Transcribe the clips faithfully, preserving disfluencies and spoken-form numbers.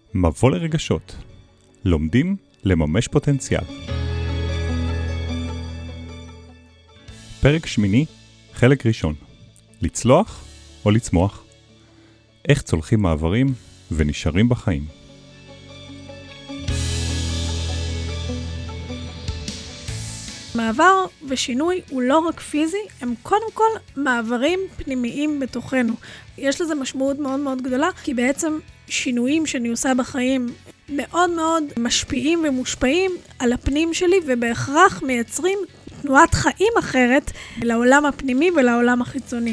מבוא לרגשות. לומדים לממש פוטנציאל. פרק שמיני, חלק ראשון. לצלוח או לצמוח? איך צולחים מעברים ונשארים בחיים? מעבר ושינוי הוא לא רק פיזי, הם קודם כל מעברים פנימיים בתוכנו. יש לזה משמעות מאוד מאוד גדולה, כי בעצם שינויים שאני עושה בחיים מאוד מאוד משפיעים ומושפעים על הפנים שלי, ובהכרח מייצרים תנועת חיים אחרת לעולם הפנימי ולעולם החיצוני.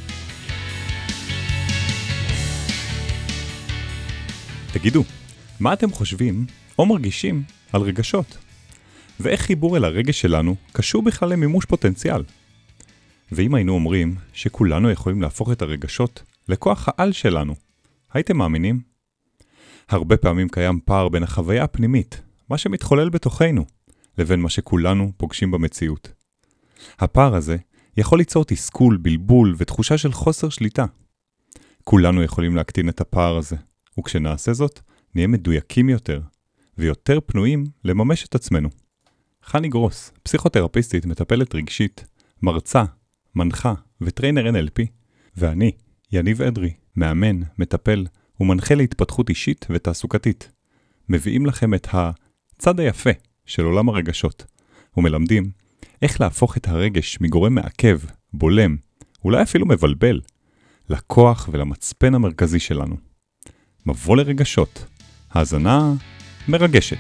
תגידו, מה אתם חושבים או מרגישים על רגשות? ואיך חיבור אל הרגש שלנו קשור בכלל למימוש פוטנציאל? ואם היינו אומרים שכולנו יכולים להפוך את הרגשות לכוח העל שלנו, הייתם מאמינים? הרבה פעמים קיים פער בין החוויה הפנימית, מה שמתחולל בתוכנו, לבין מה שכולנו פוגשים במציאות. הפער הזה יכול ליצור תסכול, בלבול ותחושה של חוסר שליטה. כולנו יכולים להקטין את הפער הזה, וכשנעשה זאת, נהיה מדויקים יותר, ויותר פנויים לממש את עצמנו. חני גרוס, פסיכותרפיסטית, מטפלת רגשית, מרצה, מנחה וטריינר אן אל פי, ואני, יניב אדרי, מאמן, מטפל ומנחה להתפתחות אישית ותעסוקתית. מביאים לכם את הצד היפה של עולם הרגשות, ומלמדים איך להפוך את הרגש מגורם מעכב, בולם, אולי אפילו מבלבל, לכוח ולמצפן המרכזי שלנו. מבוא לרגשות, האזנה מרגשת.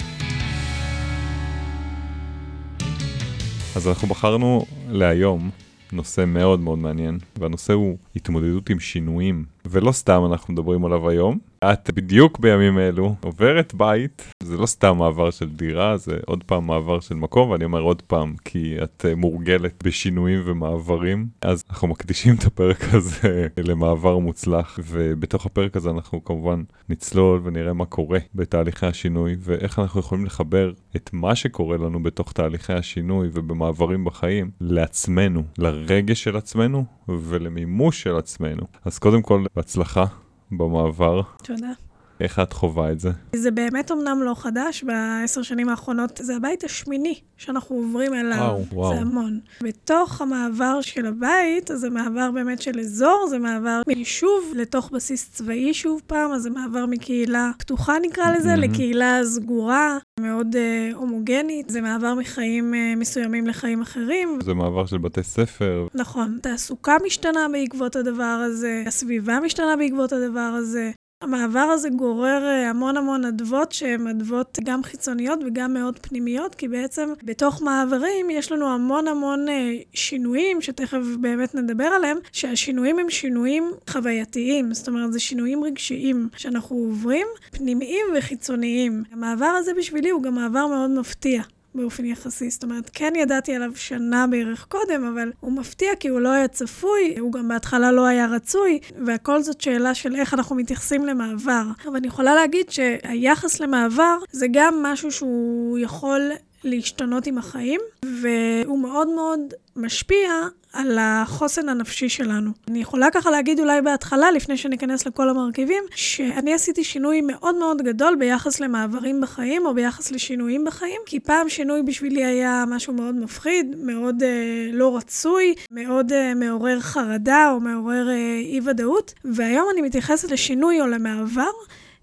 אז אנחנו בחרנו להיום נושא מאוד מאוד מעניין, והנושא הוא התמודדות עם שינויים, ולא סתם אנחנו מדברים עליו היום. את בדיוק בימים אלו עוברת בית, זה לא סתם מעבר של דירה, זה עוד פעם מעבר של מקום, ואני אומר עוד פעם כי את מורגלת בשינויים ומעברים, אז אנחנו מקדישים את הפרק הזה למעבר מוצלח, ובתוך הפרק הזה אנחנו כמובן נצלול ונראה מה קורה בתהליכי השינוי, ואיך אנחנו יכולים לחבר את מה שקורה לנו בתוך תהליכי השינוי ובמעברים בחיים לעצמנו, לרגש של עצמנו ולמימוש של עצמנו. אז קודם כל, בהצלחה במעבר. תודה. איך את חובה את זה? זה באמת אמנם לא חדש, בעשר שנים האחרונות זה הבית השמיני שאנחנו עוברים אליו. וואו, וואו. זה המון. בתוך המעבר של הבית, אז זה מעבר באמת של אזור, זה מעבר מיישוב לתוך בסיס צבאי שוב פעם, אז זה מעבר מקהילה פתוחה נקרא לזה, mm-hmm. לקהילה סגורה, מאוד uh, הומוגנית, זה מעבר מחיים uh, מסוימים לחיים אחרים. זה מעבר של בתי ספר. נכון, תעסוקה משתנה בעקבות הדבר הזה, הסביבה משתנה בעקבות הדבר הזה. המעבר הזה גורר המון המון אדוות שהן אדוות גם חיצוניות וגם מאוד פנימיות, כי בעצם בתוך מעברים יש לנו המון המון שינויים, שתכף באמת נדבר עליהם, שהשינויים הם שינויים חווייתיים, זאת אומרת זה שינויים רגשיים שאנחנו עוברים, פנימיים וחיצוניים. המעבר הזה בשבילי הוא גם מעבר מאוד מפתיע. באופן יחסי, זאת אומרת, כן ידעתי עליו שנה בערך קודם, אבל הוא מפתיע כי הוא לא היה צפוי, הוא גם בהתחלה לא היה רצוי, והכל זאת שאלה של איך אנחנו מתייחסים למעבר. אבל אני יכולה להגיד שהיחס למעבר זה גם משהו שהוא יכול להשתנות עם החיים, והוא מאוד מאוד משפיע על החוסן הנפשי שלנו. אני יכולה ככה להגיד אולי בהתחלה, לפני שניכנס לכל המרכיבים, שאני עשיתי שינוי מאוד מאוד גדול ביחס למעברים בחיים, או ביחס לשינויים בחיים, כי פעם שינוי בשבילי היה משהו מאוד מפחיד, מאוד אה, לא רצוי, מאוד אה, מעורר חרדה, או מעורר אה, אי ודאות, והיום אני מתייחסת לשינוי או למעבר,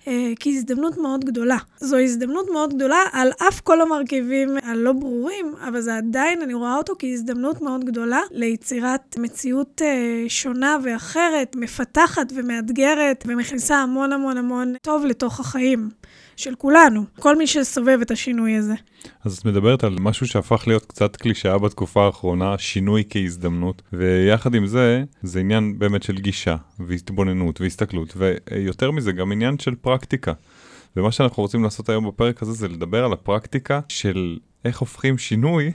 כהזדמנות מאוד גדולה. זו הזדמנות מאוד גדולה על אף כל המרכיבים הלא ברורים, אבל זה עדיין, אני רואה אותו כהזדמנות מאוד גדולה ליצירת מציאות שונה ואחרת, מפתחת ומאתגרת, ומכניסה המון המון המון טוב לתוך החיים של כולנו, כל מי שסובב את השינוי הזה. אז את מדברת על משהו שהפך להיות קצת קלישאה בתקופה האחרונה, שינוי כהזדמנות, ויחד עם זה, זה עניין באמת של גישה, והתבוננות, והסתכלות, ויותר מזה גם עניין של פרקטיקה. ומה שאנחנו רוצים לעשות היום בפרק הזה, זה לדבר על הפרקטיקה של איך הופכים שינוי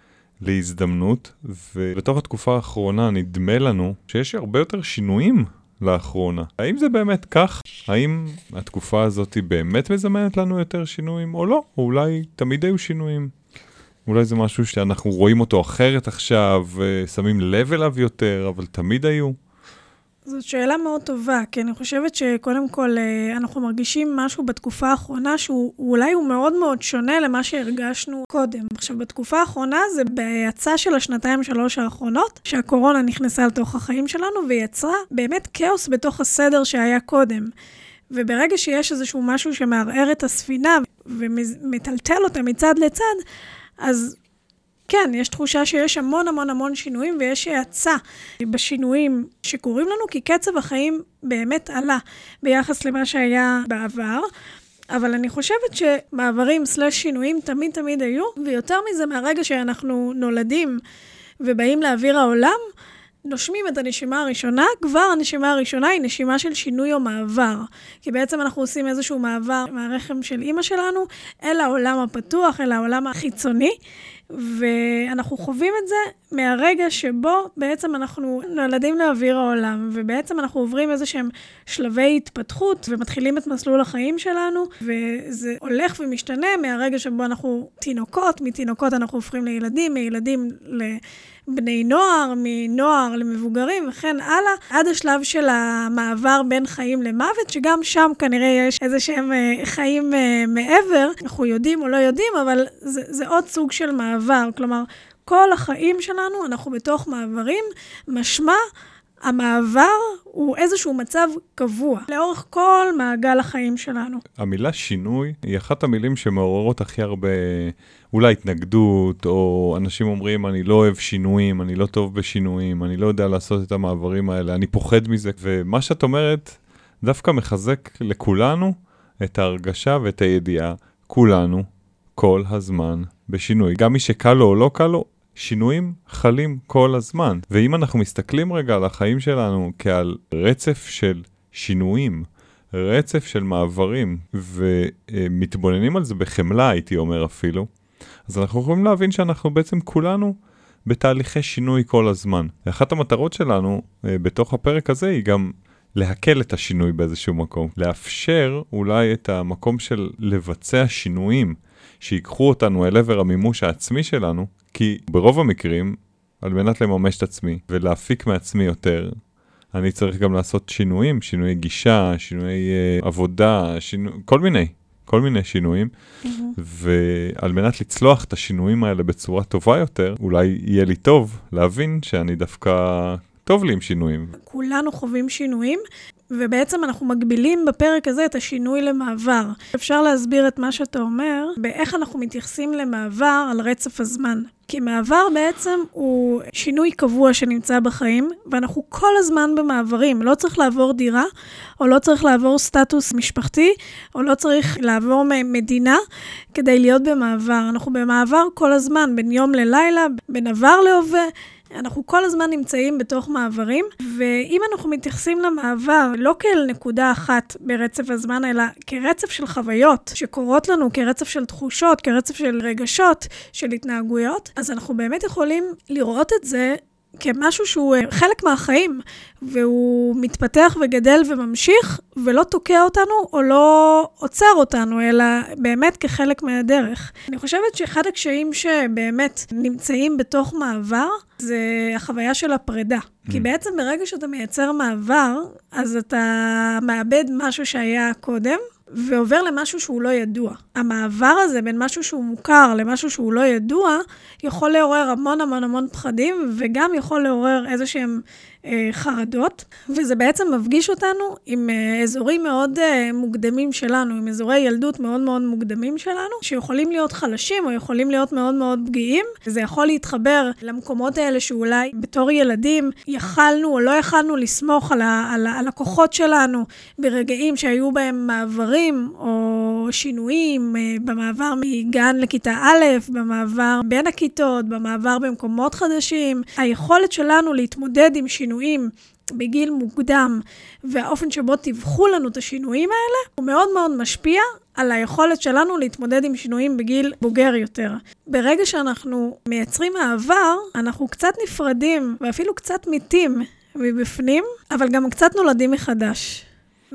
להזדמנות, ובתוך התקופה האחרונה נדמה לנו שיש הרבה יותר שינויים לאחרונה. האם זה באמת כך? האם התקופה הזאת באמת מזמנת לנו יותר שינויים או לא? או אולי תמיד היו שינויים? אולי זה משהו שאנחנו רואים אותו אחרת עכשיו, שמים לב אליו יותר, אבל תמיד היו? זאת שאלה מאוד טובה, כי אני חושבת שקודם כל אנחנו מרגישים משהו בתקופה האחרונה שהוא אולי הוא מאוד מאוד שונה למה שהרגשנו קודם. עכשיו, בתקופה האחרונה זה בהצעה של השנתיים שלוש האחרונות, שהקורונה נכנסה לתוך החיים שלנו ויצרה באמת כאוס בתוך הסדר שהיה קודם. וברגע שיש איזשהו משהו שמערער את הספינה ומטלטל אותה מצד לצד, אז כן, יש תחושה שיש המון המון המון שינויים, ויש האצה בשינויים שקורים לנו, כי קצב החיים באמת עלה ביחס למה שהיה בעבר, אבל אני חושבת שמעברים סלש שינויים תמיד תמיד היו, ויותר מזה מהרגע שאנחנו נולדים ובאים לאוויר העולם, נושמים את הנשימה הראשונה, כבר הנשימה הראשונה היא נשימה של שינוי או מעבר. כי בעצם אנחנו עושים איזשהו מעבר מהרחם של אמא שלנו, אל העולם הפתוח, אל העולם החיצוני, ואנחנו חווים את זה מהרגע שבו בעצם אנחנו נולדים לאוויר העולם, ובעצם אנחנו עוברים איזה שהם שלבי התפתחות, ומתחילים את מסלול החיים שלנו, וזה הולך ומשתנה מהרגע שבו אנחנו תינוקות, מתינוקות אנחנו הופכים לילדים, מילדים לבני נוער, מנוער למבוגרים, וכן הלאה, עד השלב של המעבר בין חיים למוות, שגם שם כנראה יש איזה שהם חיים מעבר, אנחנו יודעים או לא יודעים, אבל זה, זה עוד סוג של מעבר, כלומר, כל החיים שלנו, אנחנו בתוך מעברים, משמע, המעבר הוא איזשהו מצב קבוע, לאורך כל מעגל החיים שלנו. המילה שינוי היא אחת המילים שמעוררות הכי הרבה, אולי התנגדות, או אנשים אומרים, אני לא אוהב שינויים, אני לא טוב בשינויים, אני לא יודע לעשות את המעברים האלה, אני פוחד מזה. ומה שאת אומרת, דווקא מחזק לכולנו את ההרגשה ואת הידיעה, כולנו, כל הזמן בשינוי. גם מי שקל לו או לא קל לו, שינויים חלים כל הזמן. ואם אנחנו מסתכלים רגע על החיים שלנו כעל רצף של שינויים, רצף של מעברים, ומתבוננים על זה בחמלה, הייתי אומר אפילו, אז אנחנו יכולים להבין שאנחנו בעצם כולנו בתהליכי שינוי כל הזמן. אחת המטרות שלנו בתוך הפרק הזה היא גם להקל את השינוי באיזשהו מקום. לאפשר אולי את המקום של לבצע שינויים שיקחו אותנו אל עבר המימוש העצמי שלנו, כי ברוב המקרים, על מנת לממש את עצמי ולהפיק מעצמי יותר, אני צריך גם לעשות שינויים, שינויי גישה, שינויי uh, עבודה, שינו... כל מיני, כל מיני שינויים, mm-hmm. ועל מנת לצלוח את השינויים האלה בצורה טובה יותר, אולי יהיה לי טוב להבין שאני דווקא טוב לי עם שינויים. כולנו חווים שינויים, ובעצם אנחנו מגבילים בפרק הזה את השינוי למעבר. אפשר להסביר את מה שאתה אומר, באיך אנחנו מתייחסים למעבר על רצף הזמן. כי מעבר בעצם הוא שינוי קבוע שנמצא בחיים, ואנחנו כל הזמן במעברים. לא צריך לעבור דירה, או לא צריך לעבור סטטוס משפחתי, או לא צריך לעבור מדינה, כדי להיות במעבר. אנחנו במעבר כל הזמן, בין יום ללילה, בין עבר להווה, אנחנו כל הזמן נמצאים בתוך מעברים, ואם אנחנו מתייחסים למעבר לא כאל נקודה אחת ברצף הזמן, אלא כרצף של חוויות שקורות לנו, כרצף של תחושות, כרצף של רגשות, של התנהגויות, אז אנחנו באמת יכולים לראות את זה כמשהו שהוא חלק מהחיים, והוא מתפתח וגדל וממשיך, ולא תוקע אותנו או לא עוצר אותנו, אלא באמת כחלק מהדרך. אני חושבת שאחד הקשיים שבאמת נמצאים בתוך מעבר, זה החוויה של הפרידה. Mm. כי בעצם ברגע שאתה מייצר מעבר, אז אתה מאבד משהו שהיה קודם, ועובר למשהו שהוא לא ידוע. המעבר הזה בין משהו שהוא מוכר למשהו שהוא לא ידוע, יכול לעורר המון המון המון פחדים, וגם יכול לעורר איזשהם אה, חרדות, וזה בעצם מפגיש אותנו עם אה, אזורים מאוד אה, מוקדמים שלנו, עם אזורי ילדות מאוד מאוד מוקדמים שלנו, שיכולים להיות חלשים או יכולים להיות מאוד מאוד פגיעים, וזה יכול להתחבר למקומות האלה שאולי בתור ילדים יכלנו או לא יכלנו לסמוך על, ה, על, ה, על הכוחות שלנו, ברגעים שהיו בהם מעברים או שינויים, אה, במעבר מגן לכיתה א', במעבר בין הכיתות, במעבר במקומות חדשים. היכולת שלנו להתמודד עם שינויים בגיל מוקדם, והאופן שבו תיווכו לנו את השינויים האלה, הוא מאוד מאוד משפיע על היכולת שלנו להתמודד עם שינויים בגיל בוגר יותר. ברגע שאנחנו מייצרים מעבר, אנחנו קצת נפרדים, ואפילו קצת מתים מבפנים, אבל גם קצת נולדים מחדש.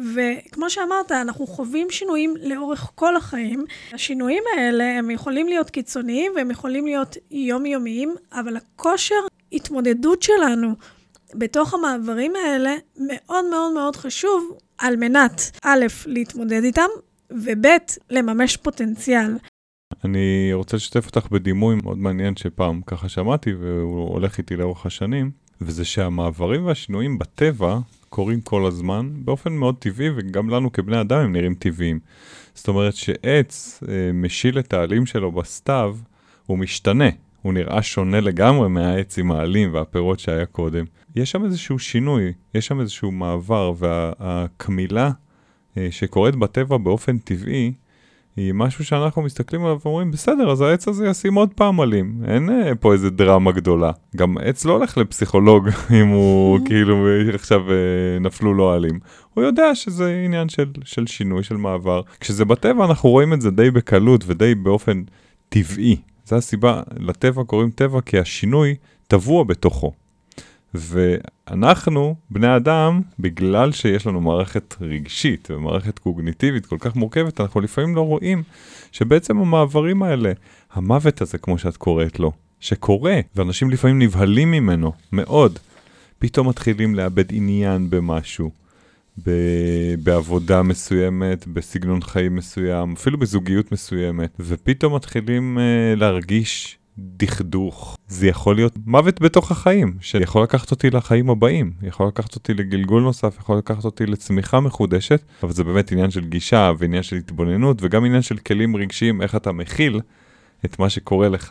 וכמו שאמרת, אנחנו חווים שינויים לאורך כל החיים. השינויים האלה הם יכולים להיות קיצוניים, והם יכולים להיות יומיומיים, אבל הכושר התמודדות שלנו בתוך המעברים האלה מאוד מאוד מאוד חשוב על מנת, א', להתמודד איתם, וב', לממש פוטנציאל. אני רוצה לשתף אותך בדימוי מאוד מעניין שפעם ככה שמעתי, והוא הולך איתי לאורך השנים, וזה שהמעברים והשינויים בטבע קורים כל הזמן, באופן מאוד טבעי, וגם לנו כבני אדם הם נראים טבעיים. זאת אומרת שעץ אה, משיל את העלים שלו בסתיו, הוא משתנה. הוא נראה שונה לגמרי מהעץ עם העלים והפירות שהיה קודם. יש שם איזשהו שינוי, יש שם איזשהו מעבר, והקמילה אה, שקורית בטבע באופן טבעי, היא משהו שאנחנו מסתכלים עליו ואומרים, בסדר, אז העץ הזה ישים עוד פעם עלים. אין אה, פה איזה דרמה גדולה. גם עץ לא הולך לפסיכולוג אם הוא כאילו עכשיו אה, נפלו לו עלים. הוא יודע שזה עניין של, של שינוי, של מעבר. כשזה בטבע אנחנו רואים את זה די בקלות ודי באופן טבעי. זו הסיבה, לטבע קוראים טבע כי השינוי טבוע בתוכו. ואנחנו, בני אדם, בגלל שיש לנו מערכת רגשית ומערכת קוגניטיבית כל כך מורכבת, אנחנו לפעמים לא רואים שבעצם המעברים האלה, המוות הזה כמו שאת קוראת לו, שקורה, ואנשים לפעמים נבהלים ממנו מאוד, פתאום מתחילים לאבד עניין במשהו, בעבודה מסוימת, בסגנון חיים מסוים, אפילו בזוגיות מסוימת, ופתאום מתחילים uh, להרגיש דכדוך. זה יכול להיות מוות בתוך החיים, שיכול לקחת אותי לחיים הבאים, יכול לקחת אותי לגלגול נוסף, יכול לקחת אותי לצמיחה מחודשת, אבל זה באמת עניין של גישה ועניין של התבוננות, וגם עניין של כלים רגשיים, איך אתה מכיל את מה שקורה לך,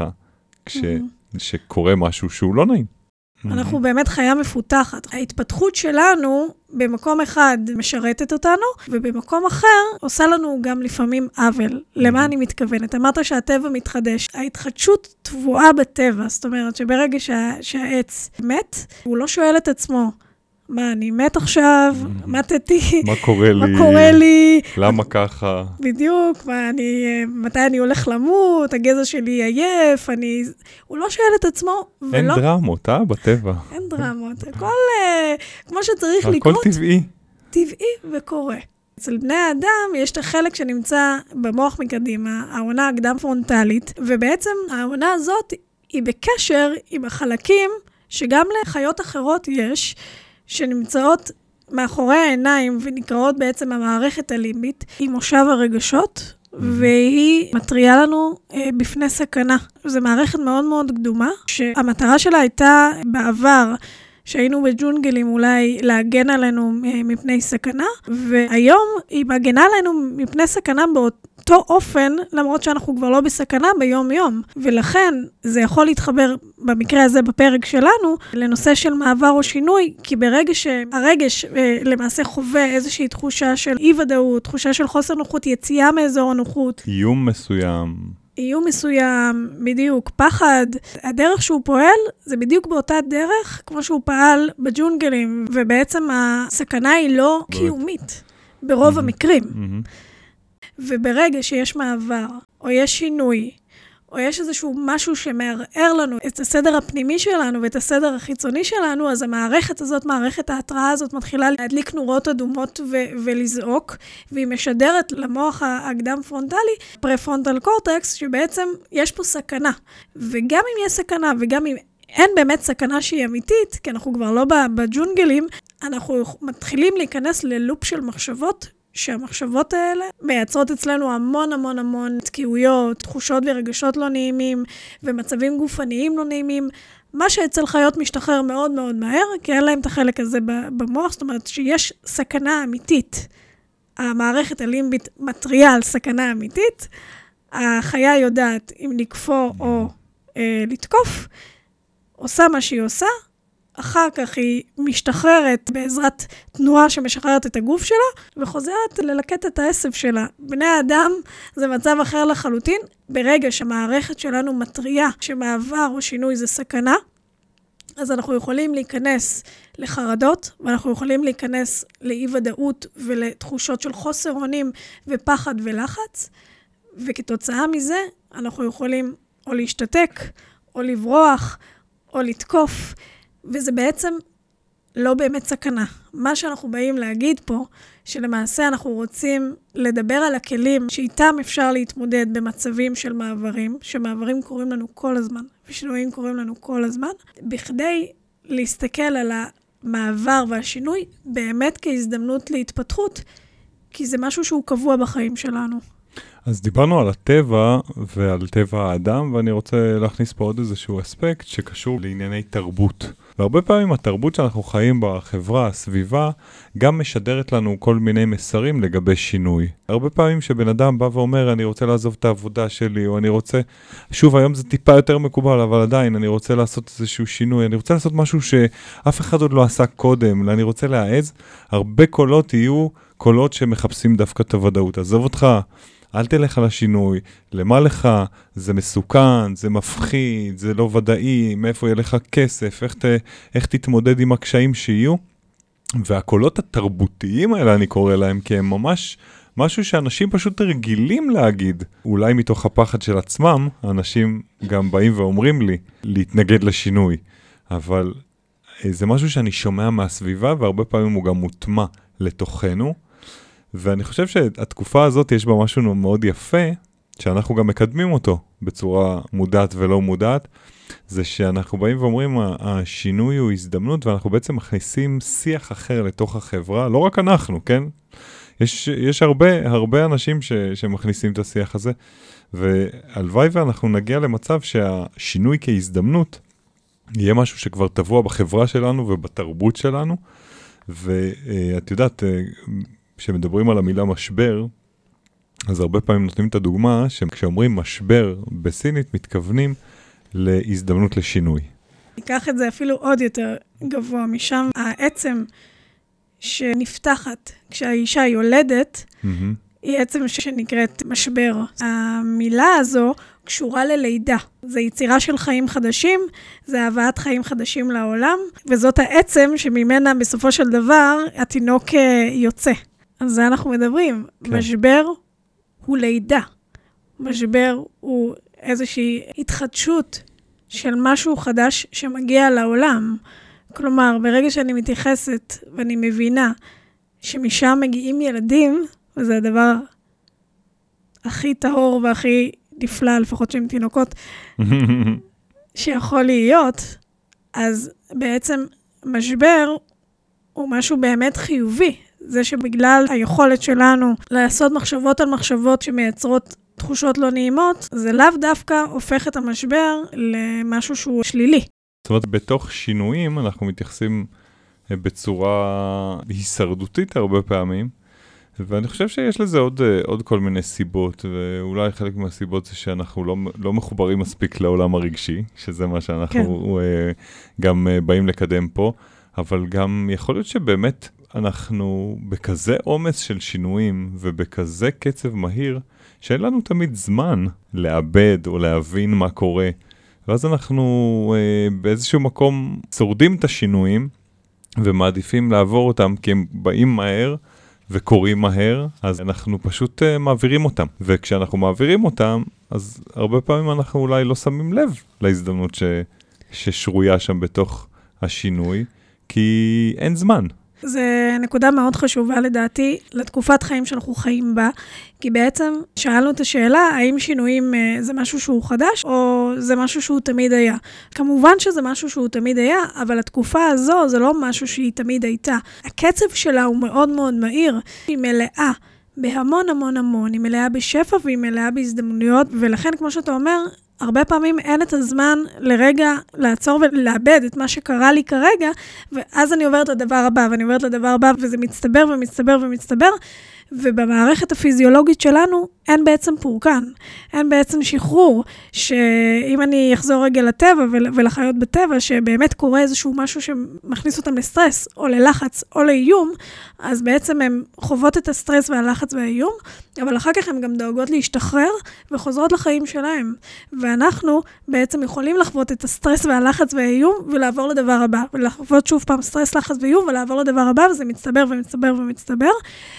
כשקורה משהו שהוא לא נעים. אנחנו באמת חיה מפותחת. ההתפתחות שלנו במקום אחד משרתת אותנו, ובמקום אחר עושה לנו גם לפעמים עוול. למה אני מתכוונת? אמרת שהטבע מתחדש. ההתחדשות טבועה בטבע, זאת אומרת שברגע שה, שהעץ מת, הוא לא שואל את עצמו, מה, אני מת עכשיו? מתתי? מה קורה לי? מה קורה לי? למה ככה? בדיוק, מה, אני, מתי אני הולך למות? הגזע שלי עייף, אני... הוא לא שואל את עצמו, ולא... אין דרמות, אה? בטבע. אין דרמות. הכל, כמו שצריך לקרות... הכל טבעי. טבעי וקורה. אצל בני האדם יש את החלק שנמצא במוח מקדימה, העונה הקדם פרונטלית, ובעצם העונה הזאת היא בקשר עם החלקים שגם לחיות אחרות יש, שנמצאות מאחורי העיניים ונקראות בעצם המערכת הלימבית, היא מושב הרגשות, והיא מטריעה לנו אה, בפני סכנה. זו מערכת מאוד מאוד קדומה, שהמטרה שלה הייתה בעבר, שהיינו בג'ונגלים אולי להגן עלינו מפני סכנה, והיום היא מגנה עלינו מפני סכנה באותו אופן, למרות שאנחנו כבר לא בסכנה ביום יום. ולכן זה יכול להתחבר במקרה הזה בפרק שלנו, לנושא של מעבר או שינוי, כי ברגע שהרגש למעשה חווה איזושהי תחושה של אי-ודאות, תחושה של חוסר נוחות, יציאה מאזור הנוחות. איום מסוים. איום מסוים, בדיוק, פחד. הדרך שהוא פועל זה בדיוק באותה דרך כמו שהוא פעל בג'ונגלים, ובעצם הסכנה היא לא קיומית ברוב המקרים. וברגע שיש מעבר, או יש שינוי, או יש איזשהו משהו שמערער לנו את הסדר הפנימי שלנו ואת הסדר החיצוני שלנו, אז המערכת הזאת, מערכת ההתראה הזאת, מתחילה להדליק נורות אדומות ו- ולזעוק, והיא משדרת למוח הקדם פרונטלי, פרפרונטל קורטקס, שבעצם יש פה סכנה. וגם אם יש סכנה, וגם אם אין באמת סכנה שהיא אמיתית, כי אנחנו כבר לא בג'ונגלים, אנחנו מתחילים להיכנס ללופ של מחשבות, שהמחשבות האלה מייצרות אצלנו המון המון המון תקיעויות, תחושות ורגשות לא נעימים, ומצבים גופניים לא נעימים, מה שאצל חיות משתחרר מאוד מאוד מהר, כי אין להם את החלק הזה במוח, זאת אומרת שיש סכנה אמיתית. המערכת הלימבית מטריעה על סכנה אמיתית, החיה יודעת אם לקפוא או אה, לתקוף, עושה מה שהיא עושה, אחר כך היא משתחררת בעזרת תנועה שמשחררת את הגוף שלה, וחוזרת ללקט את העשב שלה. בני האדם זה מצב אחר לחלוטין. ברגע שהמערכת שלנו מטריעה שמעבר או שינוי זה סכנה, אז אנחנו יכולים להיכנס לחרדות, ואנחנו יכולים להיכנס לאי-ודאות ולתחושות של חוסר אונים ופחד ולחץ, וכתוצאה מזה אנחנו יכולים או להשתתק, או לברוח, או לתקוף, וזה בעצם לא באמת סכנה. מה שאנחנו באים להגיד פה, שלמעשה אנחנו רוצים לדבר על הכלים שאיתם אפשר להתמודד במצבים של מעברים, שמעברים קורים לנו כל הזמן, ושינויים קורים לנו כל הזמן, בכדי להסתכל על המעבר והשינוי באמת כהזדמנות להתפתחות, כי זה משהו שהוא קבוע בחיים שלנו. אז דיברנו על הטבע ועל טבע האדם, ואני רוצה להכניס פה עוד איזשהו אספקט שקשור לענייני תרבות. והרבה פעמים התרבות שאנחנו חיים בחברה, הסביבה, גם משדרת לנו כל מיני מסרים לגבי שינוי. הרבה פעמים שבן אדם בא ואומר, אני רוצה לעזוב את העבודה שלי, או אני רוצה, שוב, היום זה טיפה יותר מקובל, אבל עדיין, אני רוצה לעשות איזשהו שינוי, אני רוצה לעשות משהו שאף אחד עוד לא עשה קודם, אני רוצה להעז. הרבה קולות יהיו קולות שמחפשים דווקא את הוודאות. עזוב אותך, אל תלך על השינוי, למה לך, זה מסוכן, זה מפחיד, זה לא ודאי, מאיפה יהיה לך כסף, איך, ת, איך תתמודד עם הקשיים שיהיו. והקולות התרבותיים האלה אני קורא להם, כי הם ממש משהו שאנשים פשוט רגילים להגיד. אולי מתוך הפחד של עצמם, אנשים גם באים ואומרים לי להתנגד לשינוי. אבל זה משהו שאני שומע מהסביבה, והרבה פעמים הוא גם מוטמע לתוכנו. ואני חושב שהתקופה הזאת יש בה משהו מאוד יפה, שאנחנו גם מקדמים אותו בצורה מודעת ולא מודעת, זה שאנחנו באים ואומרים, השינוי הוא הזדמנות, ואנחנו בעצם מכניסים שיח אחר לתוך החברה, לא רק אנחנו, כן? יש, יש הרבה, הרבה אנשים ש, שמכניסים את השיח הזה, והלוואי ואנחנו נגיע למצב שהשינוי כהזדמנות, יהיה משהו שכבר טבוע בחברה שלנו ובתרבות שלנו, ואת יודעת, כשמדברים על המילה משבר, אז הרבה פעמים נותנים את הדוגמה, שכשאומרים משבר בסינית, מתכוונים להזדמנות לשינוי. ניקח את זה אפילו עוד יותר גבוה, משם העצם שנפתחת כשהאישה יולדת, mm-hmm. היא עצם שנקראת משבר. המילה הזו קשורה ללידה. זה יצירה של חיים חדשים, זה הבאת חיים חדשים לעולם, וזאת העצם שממנה בסופו של דבר התינוק יוצא. אז זה אנחנו מדברים. כן. משבר הוא לידה. משבר הוא איזושהי התחדשות של משהו חדש שמגיע לעולם. כלומר, ברגע שאני מתייחסת ואני מבינה שמשם מגיעים ילדים, וזה הדבר הכי טהור והכי נפלא, לפחות שהם תינוקות, שיכול להיות, אז בעצם משבר הוא משהו באמת חיובי. זה שבגלל היכולת שלנו לעשות מחשבות על מחשבות שמייצרות תחושות לא נעימות, זה לאו דווקא הופך את המשבר למשהו שהוא שלילי. זאת אומרת, בתוך שינויים אנחנו מתייחסים בצורה הישרדותית הרבה פעמים, ואני חושב שיש לזה עוד, עוד כל מיני סיבות, ואולי חלק מהסיבות זה שאנחנו לא, לא מחוברים מספיק לעולם הרגשי, שזה מה שאנחנו כן. גם באים לקדם פה, אבל גם יכול להיות שבאמת אנחנו בכזה עומס של שינויים ובכזה קצב מהיר, שאין לנו תמיד זמן לאבד או להבין מה קורה. ואז אנחנו אה, באיזשהו מקום שורדים את השינויים ומעדיפים לעבור אותם, כי הם באים מהר וקוראים מהר, אז אנחנו פשוט אה, מעבירים אותם. וכשאנחנו מעבירים אותם, אז הרבה פעמים אנחנו אולי לא שמים לב להזדמנות ש, ששרויה שם בתוך השינוי, כי אין זמן. זה נקודה מאוד חשובה לדעתי לתקופת חיים שאנחנו חיים בה, כי בעצם שאלנו את השאלה, האם שינויים זה משהו שהוא חדש, או זה משהו שהוא תמיד היה. כמובן שזה משהו שהוא תמיד היה, אבל התקופה הזו זה לא משהו שהיא תמיד הייתה. הקצב שלה הוא מאוד מאוד מהיר, היא מלאה בהמון המון המון, היא מלאה בשפע והיא מלאה בהזדמנויות, ולכן כמו שאתה אומר, הרבה פעמים אין את הזמן לרגע לעצור ולאבד את מה שקרה לי כרגע, ואז אני עוברת לדבר הבא, ואני עוברת לדבר הבא, וזה מצטבר ומצטבר ומצטבר, ובמערכת הפיזיולוגית שלנו אין בעצם פורקן, אין בעצם שחרור, שאם אני אחזור רגע לטבע ולחיות בטבע, שבאמת קורה איזשהו משהו שמכניס אותם לסטרס, או ללחץ, או לאיום, אז בעצם הם חוות את הסטרס והלחץ והאיום, אבל אחר כך הם גם דואגות להשתחרר, וחוזרות לחיים שלהם. ואנחנו בעצם יכולים לחוות את הסטרס והלחץ והאיום, ולעבור לדבר הבא, ולחוות שוב פעם סטרס, לחץ ואיום, ולעבור לדבר הבא, וזה מצטבר ומצטבר ומצטבר,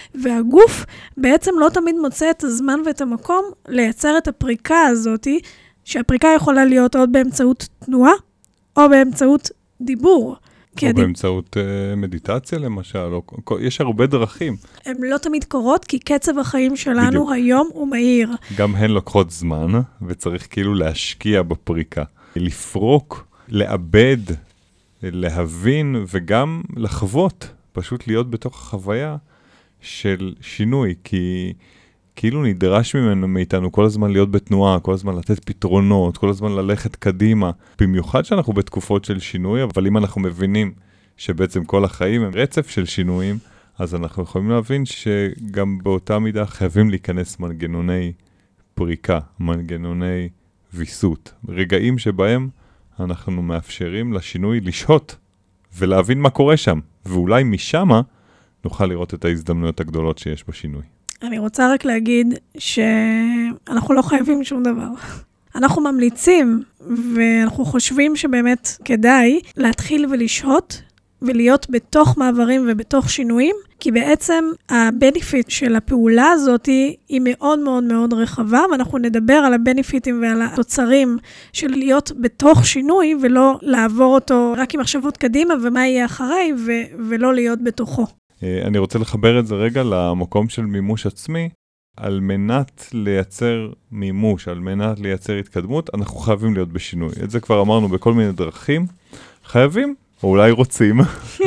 והגוף בעצם לא תמיד מוצא את הזמן ואת המקום לייצר את הפריקה הזאת, שהפריקה יכולה להיות עוד באמצעות תנועה, או באמצעות דיבור. או באמצעות uh, מדיטציה למשל, או, יש הרבה דרכים. הן לא תמיד קורות, כי קצב החיים שלנו בדיוק. היום הוא מהיר. גם הן לוקחות זמן, וצריך כאילו להשקיע בפריקה. לפרוק, לאבד להבין וגם לחוות, פשוט להיות בתוך החוויה של שינוי, כי כאילו נדרש ממנו, מאיתנו כל הזמן להיות בתנועה, כל הזמן לתת פתרונות, כל הזמן ללכת קדימה, במיוחד שאנחנו בתקופות של שינוי, אבל אם אנחנו מבינים שבעצם כל החיים הם רצף של שינויים, אז אנחנו יכולים להבין שגם באותה מידה חייבים להיכנס מנגנוני פריקה, מנגנוני ויסות, רגעים שבהם אנחנו מאפשרים לשינוי לשהות ולהבין מה קורה שם, ואולי משם נוכל לראות את ההזדמנויות הגדולות שיש בשינוי. אני רוצה רק להגיד שאנחנו לא חייבים שום דבר. אנחנו ממליצים ואנחנו חושבים שבאמת כדאי להתחיל ולשהות ולהיות בתוך מעברים ובתוך שינויים, כי בעצם הבנפיט של הפעולה הזאת היא מאוד מאוד מאוד רחבה, ואנחנו נדבר על הבנפיטים ועל התוצרים של להיות בתוך שינוי, ולא לעבור אותו רק עם מחשבות קדימה ומה יהיה אחרי, ו- ולא להיות בתוכו. אני רוצה לחבר את זה רגע למקום של מימוש עצמי, על מנת לייצר מימוש, על מנת לייצר התקדמות, אנחנו חייבים להיות בשינוי. את זה כבר אמרנו בכל מיני דרכים, חייבים, או אולי רוצים,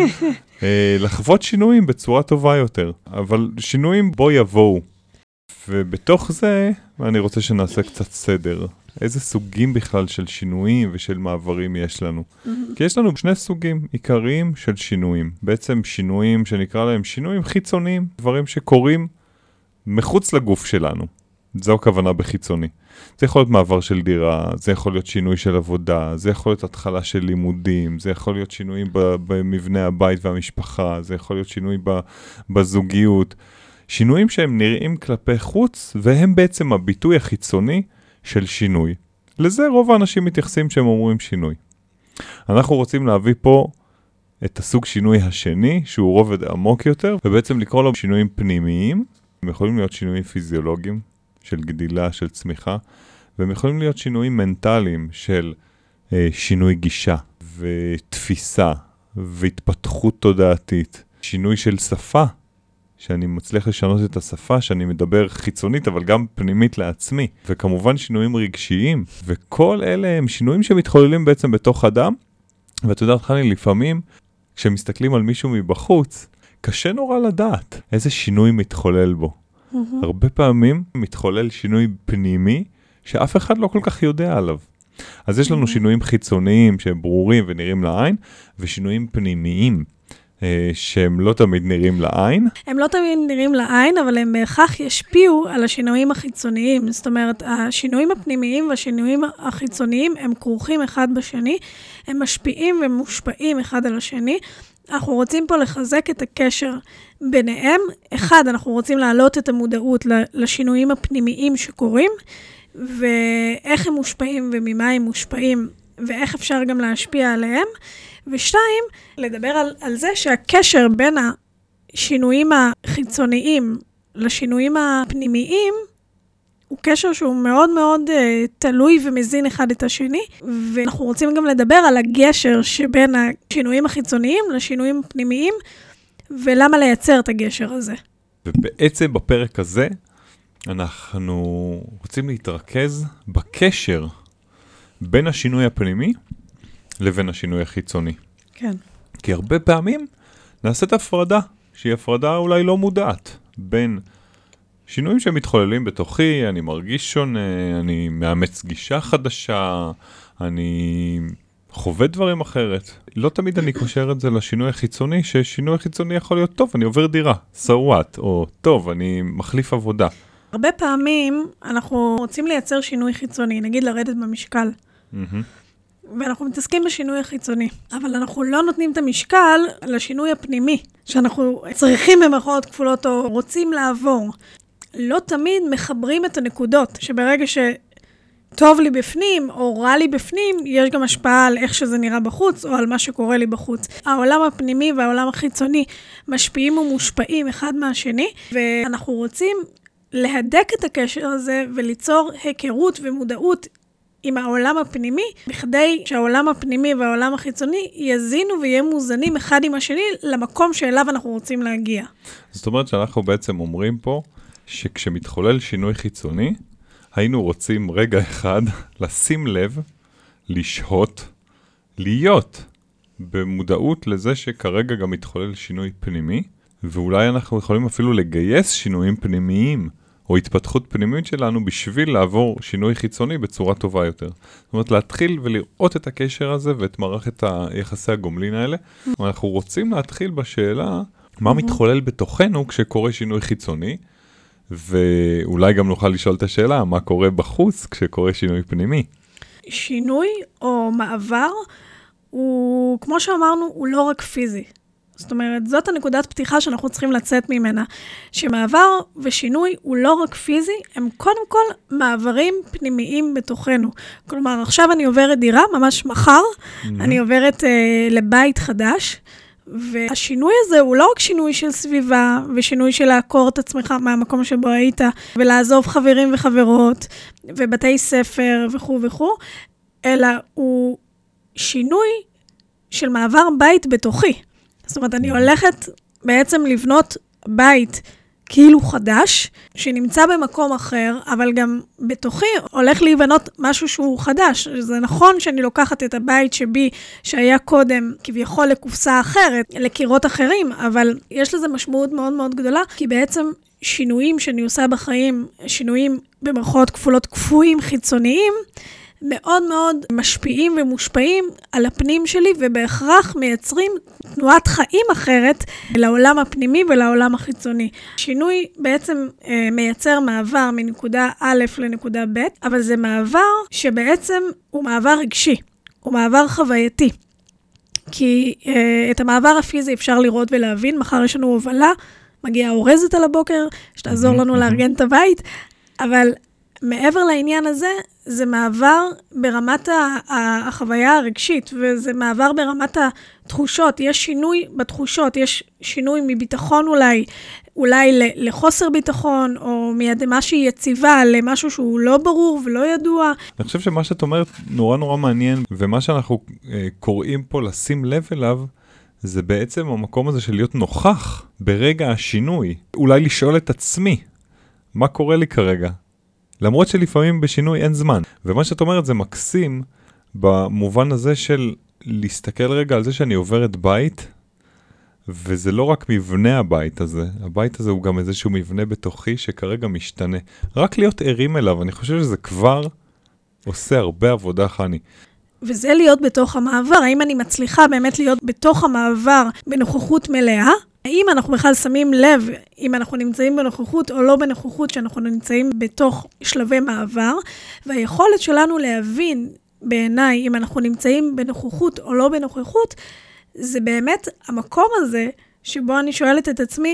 לחוות שינויים בצורה טובה יותר, אבל שינויים בו יבואו. ובתוך זה, אני רוצה שנעשה קצת סדר. איזה סוגים בכלל של שינויים ושל מעברים יש לנו? כי יש לנו שני סוגים עיקריים של שינויים. בעצם שינויים שנקרא להם שינויים חיצוניים, דברים שקורים מחוץ לגוף שלנו. זו הכוונה בחיצוני. זה יכול להיות מעבר של דירה, זה יכול להיות שינוי של עבודה, זה יכול להיות התחלה של לימודים, זה יכול להיות שינויים במבנה הבית והמשפחה, זה יכול להיות שינוי בזוגיות. שינויים שהם נראים כלפי חוץ, והם בעצם הביטוי החיצוני של שינוי. לזה רוב האנשים מתייחסים שהם אומרים שינוי. אנחנו רוצים להביא פה את הסוג שינוי השני, שהוא רובד עמוק יותר, ובעצם לקרוא לו שינויים פנימיים. הם יכולים להיות שינויים פיזיולוגיים, של גדילה, של צמיחה, והם יכולים להיות שינויים מנטליים של אה, שינוי גישה ותפיסה והתפתחות תודעתית, שינוי של שפה, שאני מצליח לשנות את השפה, שאני מדבר חיצונית, אבל גם פנימית לעצמי, וכמובן שינויים רגשיים, וכל אלה הם שינויים שמתחוללים בעצם בתוך אדם, ואתה יודע, חני, לפעמים, כשמסתכלים על מישהו מבחוץ, קשה נורא לדעת איזה שינוי מתחולל בו. Mm-hmm. הרבה פעמים מתחולל שינוי פנימי, שאף אחד לא כל כך יודע עליו. אז יש לנו mm-hmm. שינויים חיצוניים שהם ברורים ונראים לעין, ושינויים פנימיים, שהם לא תמיד נראים לעין. הם לא תמיד נראים לעין, אבל הם בהכרח ישפיעו על השינויים החיצוניים. זאת אומרת, השינויים הפנימיים והשינויים החיצוניים הם כרוכים אחד בשני, הם משפיעים ומושפעים אחד על השני. אנחנו רוצים פה לחזק את הקשר ביניהם. אחד, אנחנו רוצים להעלות את המודעות לשינויים הפנימיים שקורים, ואיך הם מושפעים וממה הם מושפעים, ואיך אפשר גם להשפיע עליהם. ושתיים, לדבר על, על זה שהקשר בין השינויים החיצוניים לשינויים הפנימיים, הוא קשר שהוא מאוד מאוד uh, תלוי ומזין אחד את השני, ואנחנו רוצים גם לדבר על הגשר שבין השינויים החיצוניים לשינויים הפנימיים, ולמה לייצר את הגשר הזה. ובעצם בפרק הזה, אנחנו רוצים להתרכז בקשר בין השינוי הפנימי, לבין השינוי החיצוני. כן. כי הרבה פעמים נעשית הפרדה, שהיא הפרדה אולי לא מודעת, בין שינויים שמתחוללים בתוכי, אני מרגיש שונה, אני מאמץ גישה חדשה, אני חווה דברים אחרת. לא תמיד אני קושר את זה לשינוי החיצוני, ששינוי החיצוני יכול להיות טוב, אני עובר דירה, so what, או טוב, אני מחליף עבודה. הרבה פעמים אנחנו רוצים לייצר שינוי חיצוני, נגיד לרדת במשקל. Mm-hmm. ואנחנו מתעסקים בשינוי החיצוני, אבל אנחנו לא נותנים את המשקל לשינוי הפנימי, שאנחנו צריכים במרכאות כפולות או רוצים לעבור. לא תמיד מחברים את הנקודות, שברגע שטוב לי בפנים או רע לי בפנים, יש גם השפעה על איך שזה נראה בחוץ או על מה שקורה לי בחוץ. העולם הפנימי והעולם החיצוני משפיעים ומושפעים אחד מהשני, ואנחנו רוצים להדק את הקשר הזה וליצור היכרות ומודעות עם העולם הפנימי, בכדי שהעולם הפנימי והעולם החיצוני יזינו ויהיה מוזנים אחד עם השני למקום שאליו אנחנו רוצים להגיע. זאת אומרת שאנחנו בעצם אומרים פה, שכשמתחולל שינוי חיצוני, היינו רוצים רגע אחד לשים לב, לשהות, להיות במודעות לזה שכרגע גם מתחולל שינוי פנימי, ואולי אנחנו יכולים אפילו לגייס שינויים פנימיים, או התפתחות פנימית שלנו בשביל לעבור שינוי חיצוני בצורה טובה יותר. זאת אומרת, להתחיל ולראות את הקשר הזה ואת מערכת היחסי הגומלין האלה. אנחנו רוצים להתחיל בשאלה מה מתחולל בתוכנו כשקורה שינוי חיצוני, ואולי גם נוכל לשאול את השאלה, מה קורה בחוץ כשקורה שינוי פנימי. שינוי או מעבר, הוא, כמו שאמרנו, הוא לא רק פיזי. זאת אומרת, זאת הנקודת פתיחה שאנחנו צריכים לצאת ממנה. שמעבר ושינוי הוא לא רק פיזי, הם קודם כל מעברים פנימיים בתוכנו. כלומר, עכשיו אני עוברת דירה, ממש מחר, mm-hmm. אני עוברת אה, לבית חדש, והשינוי הזה הוא לא רק שינוי של סביבה, ושינוי של לעקור את עצמך מהמקום שבו היית, ולעזוב חברים וחברות, ובתי ספר וכו' וכו', אלא הוא שינוי של מעבר בית בתוכי. זאת אומרת, אני הולכת בעצם לבנות בית כאילו חדש, שנמצא במקום אחר, אבל גם בתוכי הולך להיבנות משהו שהוא חדש. זה נכון שאני לוקחת את הבית שבי, שהיה קודם כביכול לקופסה אחרת, לקירות אחרים, אבל יש לזה משמעות מאוד מאוד גדולה, כי בעצם שינויים שאני עושה בחיים, שינויים במרכאות כפולות כפויים חיצוניים, מאוד מאוד משפיעים ומושפעים על הפנים שלי, ובהכרח מייצרים תנועת חיים אחרת לעולם הפנימי ולעולם החיצוני. שינוי בעצם אה, מייצר מעבר מנקודה א' לנקודה ב', אבל זה מעבר שבעצם הוא מעבר רגשי, הוא מעבר חווייתי. כי אה, את המעבר הפיזי אפשר לראות ולהבין, מחר יש לנו הובלה, מגיעה אורזת על הבוקר, שתעזור לנו לארגן את הבית, אבל מעבר לעניין הזה, זה מעבר ברמת החוויה הרגשית, וזה מעבר ברמת התחושות. יש שינוי בתחושות, יש שינוי מביטחון אולי, אולי לחוסר ביטחון, או מאדמה שהיא יציבה למשהו שהוא לא ברור ולא ידוע. אני חושב שמה שאת אומרת נורא נורא מעניין, ומה שאנחנו אה, קוראים פה לשים לב אליו, זה בעצם המקום הזה של להיות נוכח ברגע השינוי. אולי לשאול את עצמי, מה קורה לי כרגע? למרות שלפעמים בשינוי אין זמן. ומה שאת אומרת זה מקסים במובן הזה של להסתכל רגע על זה שאני עוברת בית, וזה לא רק מבנה הבית הזה. הבית הזה הוא גם איזשהו מבנה בתוכי שכרגע משתנה. רק להיות ערים אליו, אני חושב שזה כבר עושה הרבה עבודה חני. וזה להיות בתוך המעבר. האם אני מצליחה באמת להיות בתוך המעבר בנוכחות מלאה? האם אנחנו בכלל שמים לב אם אנחנו נמצאים בנוכחות או לא בנוכחות שאנחנו נמצאים בתוך שלבי מעבר, והיכולת שלנו להבין בעיניי אם אנחנו נמצאים בנוכחות או לא בנוכחות, זה באמת המקום הזה שבו אני שואלת את עצמי,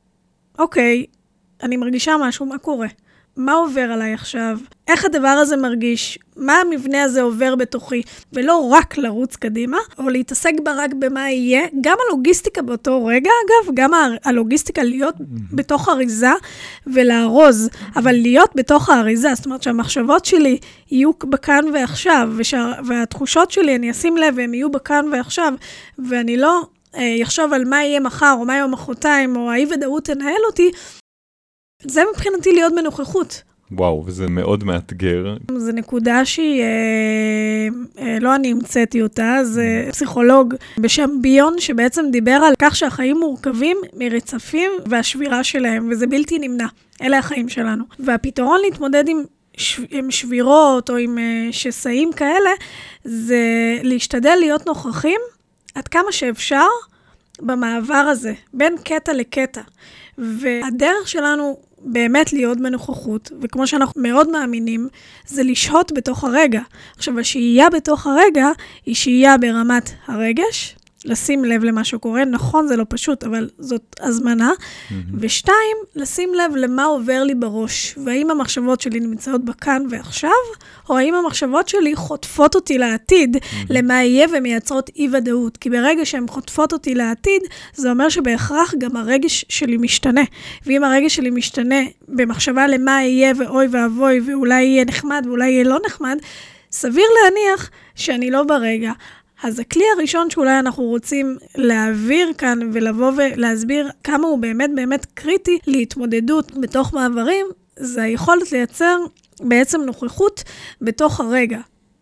אוקיי, אני מרגישה משהו, מה קורה? מה עובר עליי עכשיו? איך הדבר הזה מרגיש? מה המבנה הזה עובר בתוכי? ולא רק לרוץ קדימה, או להתעסק בה רק במה יהיה. גם הלוגיסטיקה באותו רגע, אגב, גם הלוגיסטיקה להיות בתוך אריזה ולארוז, אבל להיות בתוך האריזה. זאת אומרת שהמחשבות שלי יהיו בכאן ועכשיו, ושה, והתחושות שלי, אני אשים לב, הם יהיו בכאן ועכשיו, ואני לא אה, יחשוב על מה יהיה מחר, או מה יהיה מחרתיים, או האי ודאות תנהל אותי, זה מבחינתי להיות בנוכחות. וואו, וזה מאוד מאתגר. זו נקודה שהיא, אה, אה, לא אני המצאתי אותה, זה פסיכולוג בשם ביון, שבעצם דיבר על כך שהחיים מורכבים מרצפים והשבירה שלהם, וזה בלתי נמנע. אלה החיים שלנו. והפתרון להתמודד עם, ש... עם שבירות או עם אה, שסעים כאלה, זה להשתדל להיות נוכחים עד כמה שאפשר במעבר הזה, בין קטע לקטע. והדרך שלנו באמת להיות בנוכחות, וכמו שאנחנו מאוד מאמינים, זה לשהות בתוך הרגע. עכשיו, השהייה בתוך הרגע היא שהייה ברמת הרגש, לשים לב למה שקורה, נכון, זה לא פשוט, אבל זאת הזמנה. Mm-hmm. ושתיים, לשים לב למה עובר לי בראש, והאם המחשבות שלי נמצאות בכאן ועכשיו, או האם המחשבות שלי חוטפות אותי לעתיד, mm-hmm. למה יהיה ומייצרות אי ודאות. כי ברגע שהן חוטפות אותי לעתיד, זה אומר שבהכרח גם הרגש שלי משתנה. ואם הרגש שלי משתנה במחשבה למה יהיה ואוי ואבוי, ואולי יהיה נחמד ואולי יהיה לא נחמד, סביר להניח שאני לא ברגע. אז הכלי הראשון שאולי אנחנו רוצים להעביר כאן ולבוא ולהסביר כמה הוא באמת באמת קריטי להתמודדות בתוך מעברים, זה היכולת לייצר בעצם נוכחות בתוך הרגע.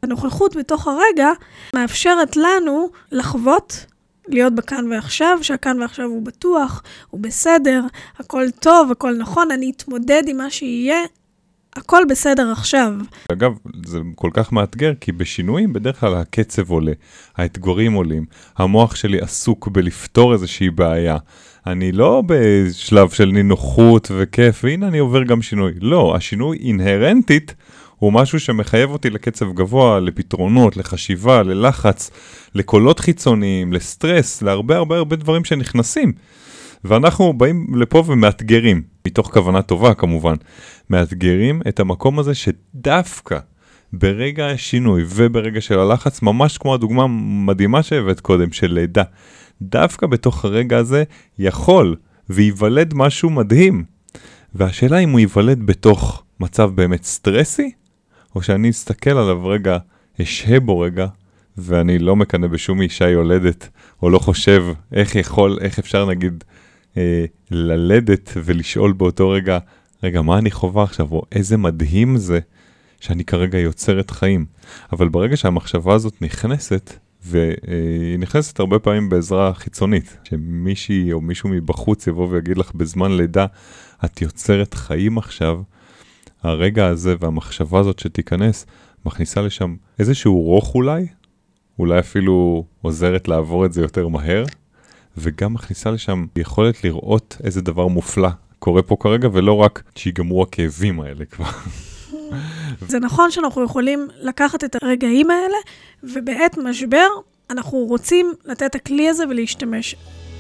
הנוכחות בתוך הרגע מאפשרת לנו לחוות, להיות בכאן ועכשיו, שהכאן ועכשיו הוא בטוח, הוא בסדר, הכל טוב, הכל נכון, אני אתמודד עם מה שיהיה, הכל בסדר עכשיו. אגב, זה כל כך מאתגר, כי בשינויים בדרך כלל הקצב עולה, האתגרים עולים, המוח שלי עסוק בלפתור איזושהי בעיה. אני לא בשלב של נינוחות וכיף, והנה אני עובר גם שינוי. לא, השינוי אינהרנטית הוא משהו שמחייב אותי לקצב גבוה, לפתרונות, לחשיבה, ללחץ, לקולות חיצוניים, לסטרס, להרבה הרבה הרבה דברים שנכנסים. ואנחנו באים לפה ומאתגרים, מתוך כוונה טובה כמובן, מאתגרים את המקום הזה שדווקא ברגע השינוי וברגע של הלחץ, ממש כמו הדוגמה מדהימה שהבאת קודם של לידה, דווקא בתוך הרגע הזה יכול ויוולד משהו מדהים. והשאלה אם הוא יוולד בתוך מצב באמת סטרסי, או שאני אסתכל עליו רגע, אשהה בו רגע, ואני לא מקנה בשום אישה יולדת, או לא חושב איך יכול, איך אפשר נגיד אה, ללדת ולשאול באותו רגע, רגע, מה אני חובה עכשיו, או איזה מדהים זה שאני כרגע יוצרת חיים. אבל ברגע שהמחשבה הזאת נכנסת, והיא נכנסת הרבה פעמים בעזרה חיצונית, שמישהי או מישהו מבחוץ יבוא ויגיד לך בזמן לידה, את יוצרת חיים עכשיו, הרגע הזה והמחשבה הזאת שתיכנס, מכניסה לשם איזשהו רוח אולי, אולי אפילו עוזרת לעבור את זה יותר מהר, וגם מכניסה לשם יכולת לראות איזה דבר מופלא קורה פה כרגע, ולא רק שיגמרו הכאבים האלה כבר. זה נכון שאנחנו יכולים לקחת את הרגעים האלה, ובעת משבר אנחנו רוצים לתת את הכלי הזה ולהשתמש.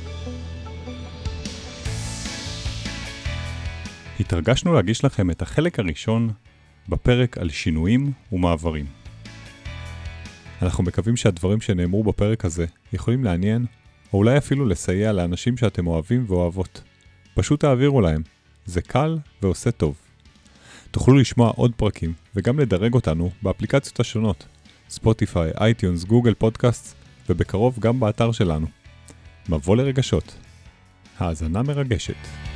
התרגשנו להגיש לכם את החלק הראשון בפרק על שינויים ומעברים. אנחנו מקווים שהדברים שנאמרו בפרק הזה יכולים לעניין, או אולי אפילו לסייע לאנשים שאתם אוהבים ואוהבות. פשוט תעבירו להם, זה קל ועושה טוב. תוכלו לשמוע עוד פרקים וגם לדרג אותנו באפליקציות השונות, ספוטיפיי, אייטיונס, גוגל פודקאסט, ובקרוב גם באתר שלנו. מבוא לרגשות. האזנה מרגשת.